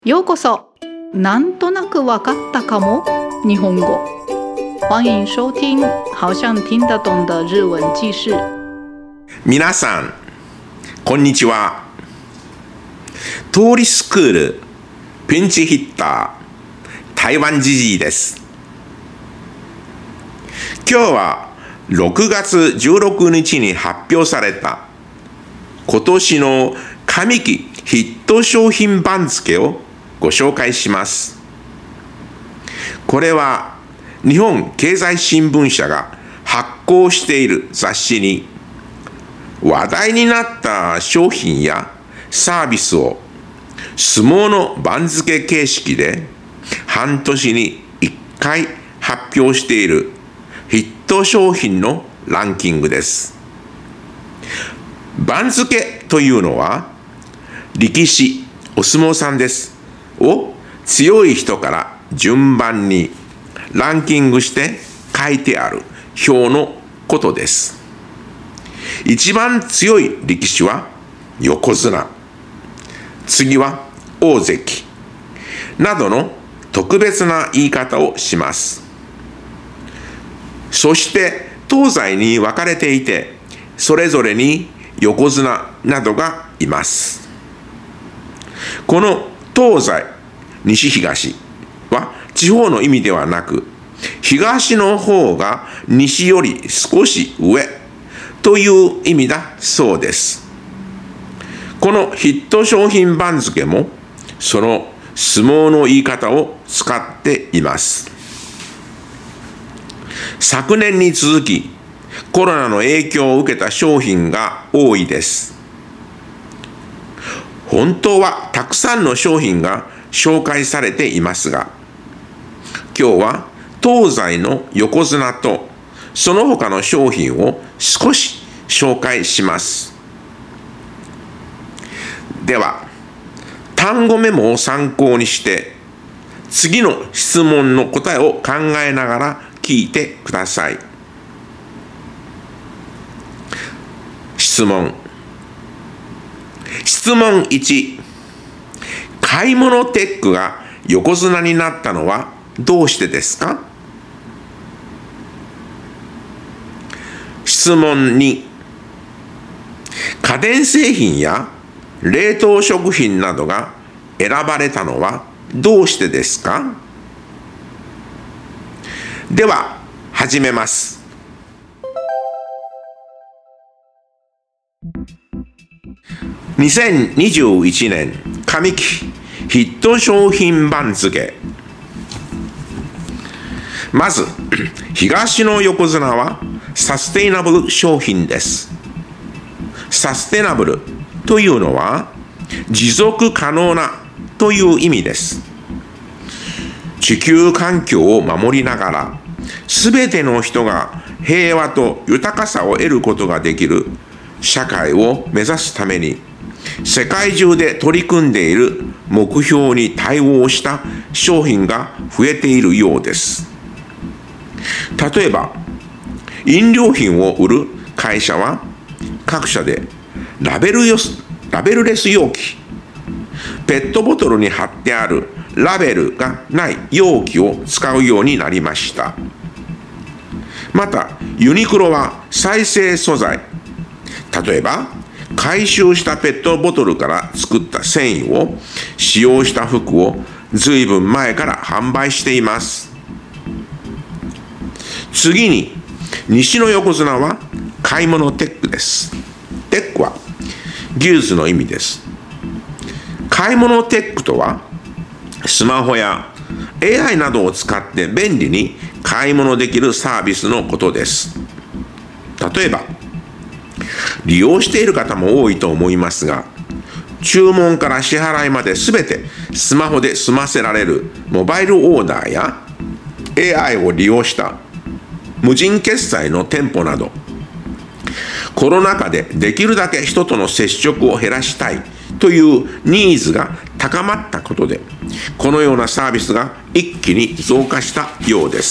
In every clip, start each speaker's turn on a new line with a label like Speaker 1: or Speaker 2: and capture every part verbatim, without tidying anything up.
Speaker 1: ようこそ。なんとなくわかったかも日本語。欢迎收听好像听得懂的日文記事。
Speaker 2: 皆さん、こんにちは。通りスクールピンチヒッター台湾じじいです。今日はろくがつじゅうろくにちに発表された今年の上期ヒット商品番付をご紹介します。これは日本経済新聞社が発行している雑誌に話題になった商品やサービスを相撲の番付形式で半年にいっかい発表しているヒット商品のランキングです。番付というのは力士、お相撲さんですを強い人から順番にランキングして書いてある表のことです。一番強い力士は横綱、次は大関などの特別な言い方をします。そして東西に分かれていて、それぞれに横綱などがいます。この東西、西東は地方の意味ではなく、東の方が西より少し上という意味だそうです。このヒット商品番付もその相撲の言い方を使っています。昨年に続きコロナの影響を受けた商品が多いです。本当はたくさんの商品が紹介されていますが、今日は東西の横綱とその他の商品を少し紹介します。では、単語メモを参考にして次の質問の答えを考えながら聞いてください。質問。質問いち。買い物テックが横綱になったのはどうしてですか？質問に。家電製品や冷凍食品などが選ばれたのはどうしてですか？では、始めます。にせんにじゅういちねん上期ヒット商品番付。まず、東の横綱はサステイナブル商品です。サステナブルというのは持続可能なという意味です。地球環境を守りながら、すべての人が平和と豊かさを得ることができる社会を目指すために、世界中で取り組んでいる目標に対応した商品が増えているようです。例えば、飲料品を売る会社は各社でラベルよラベルレス容器、ペットボトルに貼ってあるラベルがない容器を使うようになりました。また、ユニクロは再生素材、例えば回収したペットボトルから作った繊維を使用した服をずいぶん前から販売しています。次に、西の横綱は買い物テックです。テックは技術の意味です。買い物テックとは、スマホや エーアイ などを使って便利に買い物できるサービスのことです。例えば、利用している方も多いと思いますが、注文から支払いまで全てスマホで済ませられるモバイルオーダーや エーアイ を利用した無人決済の店舗など、コロナ禍でできるだけ人との接触を減らしたいというニーズが高まったことで、このようなサービスが一気に増加したようです。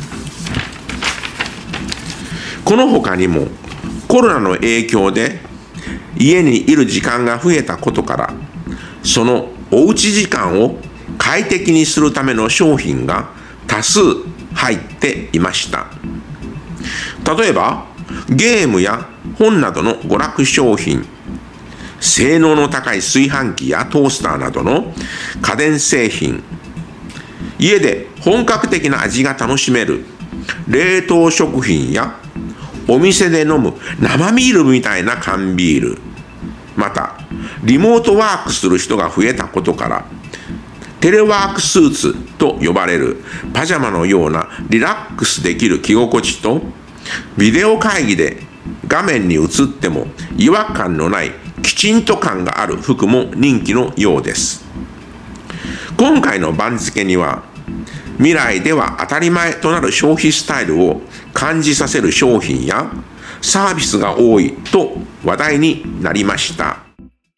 Speaker 2: この他にもコロナの影響で家にいる時間が増えたことから、そのおうち時間を快適にするための商品が多数入っていました。例えば、ゲームや本などの娯楽商品、性能の高い炊飯器やトースターなどの家電製品、家で本格的な味が楽しめる冷凍食品やお店で飲む生ビールみたいな缶ビール、またリモートワークする人が増えたことからテレワークスーツと呼ばれるパジャマのようなリラックスできる着心地と、ビデオ会議で画面に映っても違和感のないきちんと感がある服も人気のようです。今回の番付には、未来では当たり前となる消費スタイルを感じさせる商品やサービスが多いと話題になりました。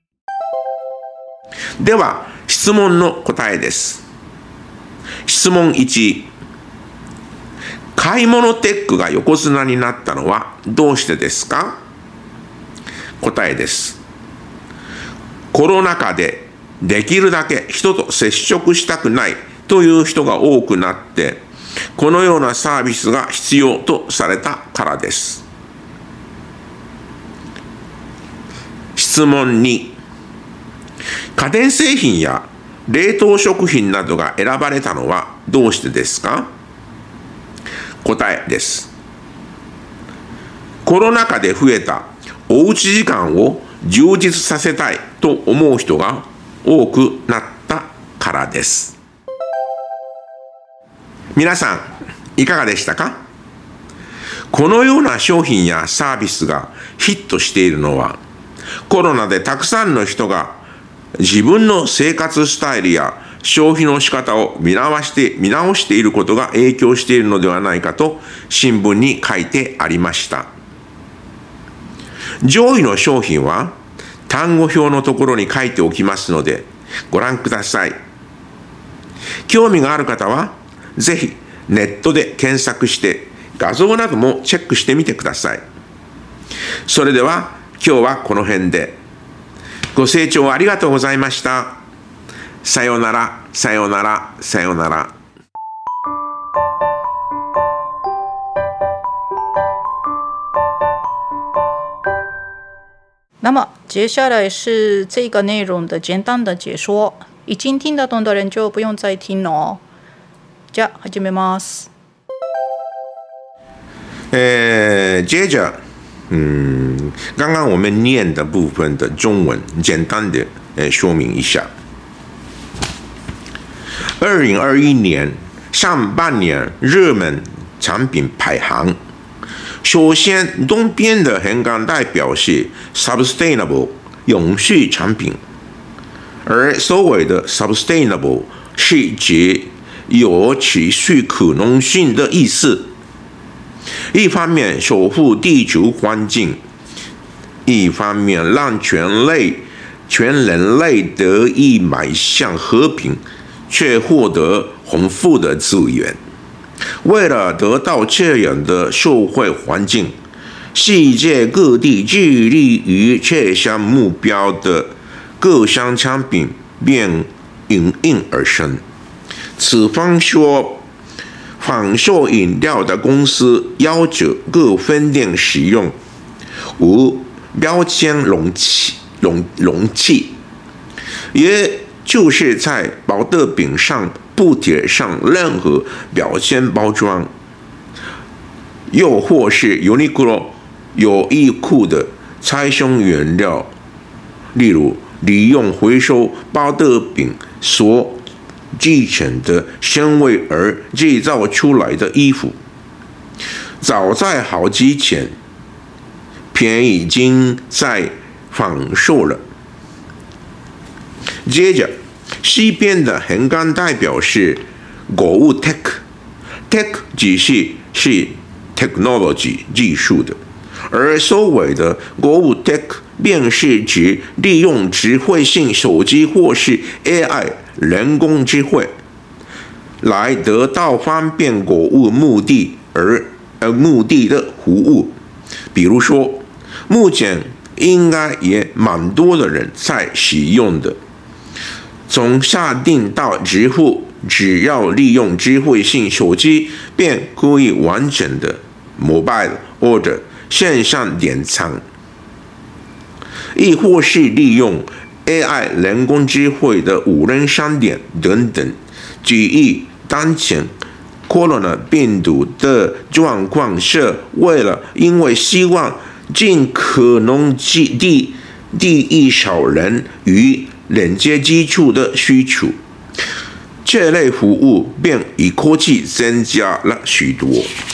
Speaker 2: では、質問の答えです。質問いち、買い物テックが横綱になったのはどうしてですか？答えです。コロナ禍でできるだけ人と接触したくないという人が多くなって、このようなサービスが必要とされたからです。質問に、家電製品や冷凍食品などが選ばれたのはどうしてですか？答えです。コロナ禍で増えたおうち時間を充実させたいと思う人が多くなったからです。皆さん、いかがでしたか？このような商品やサービスがヒットしているのは、コロナでたくさんの人が自分の生活スタイルや消費の仕方を見直して、見直していることが影響しているのではないかと新聞に書いてありました。上位の商品は単語表のところに書いておきますのでご覧ください。興味がある方はぜひネットで検索して画像などもチェックしてみてください。それでは今日はこの辺で。ご清聴ありがとうございました。さようなら、さようなら、さようなら。
Speaker 1: 那么接下来是这个内容的简单的解说，已经听得懂的人就不用再听了哦。じゃあ始めます。
Speaker 2: 呃，接着，嗯，刚刚我们念的部分的中文，简单的呃说明一下。二零二一年上半年热门产品排行，首先东边的横杠代表是 sustainable 永续产品，而所谓的 sustainable 是指有持续可能性的意思。一方面守护地球环境，一方面让全类全人类得以迈向和平，却获得丰富的资源。为了得到这样的社会环境，世界各地致力于这项目标的各项产品便应运而生。此方说，贩售饮料的公司要求各分店使用无标签容器，容容器，也就是在保特瓶上不贴上任何标签包装，又或是 Uniqlo 优衣库的再生原料，例如利用回收保特瓶所继承的纤维而制造出来的衣服，早在好几前便已经在贩售了。接着，西边的横杠代表是购物 tech，tech 只是是 technology 技术的，而所谓的购物 tech 便是指利用智慧性手机或是 A I 人工智慧来得到方便购物目的而呃目的的服务。比如说，目前应该也蛮多的人在使用的从下定到支付，只要利用智慧型手机，便可以完整的 mobile order 线上点餐，亦或是利用 A I 人工智慧的无人商店等等。基于当前 Corona 病毒的状况是为了因为希望尽可能低低一少人与连接基础的需求，这类服务便以科技增加了许多。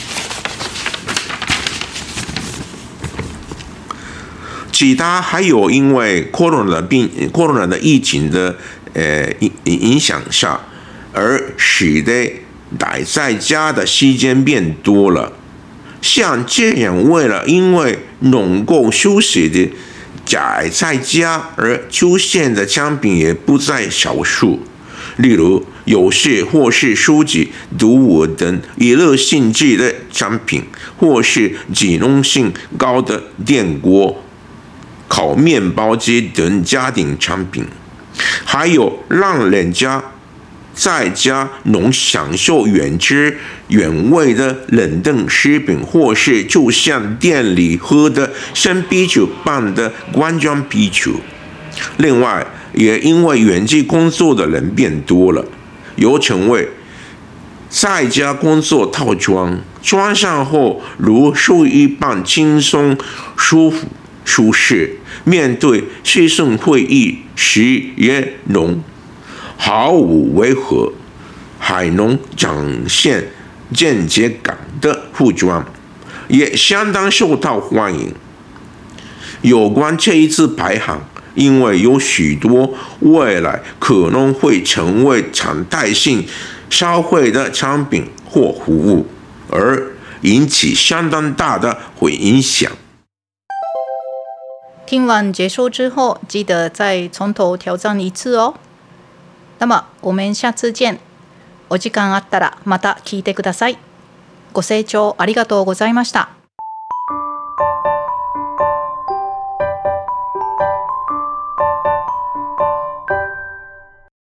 Speaker 2: 其他还有因为 Corona 病 Corona 的疫情的呃影响下，而使得待在家的时间变多了。像这样为了因为能够休息的宅在家而出现的产品也不在少数，例如游戏或是书籍、读物等娱乐性质的产品，或是机能性高的电锅、烤面包机等家庭产品，还有让人家在家能享受原汁原味的冷冻食品，或是就像店里喝的生啤酒般的罐装啤酒。另外，也因为远距工作的人变多了，又成为在家工作套装，穿上后如书一般轻松、舒服、舒适，面对视讯会议时也能毫无违和，还能展现简洁感的服装，也相当受到欢迎。有关这一次排行，因为有许多未来可能会成为常态性消费的产品或服务，而引起相当大的回影响。
Speaker 1: 听完结束之后，记得再从头挑战一次哦。那么我们下次见。お時間あったらまた聞いてください。ご清聴ありがとうございました。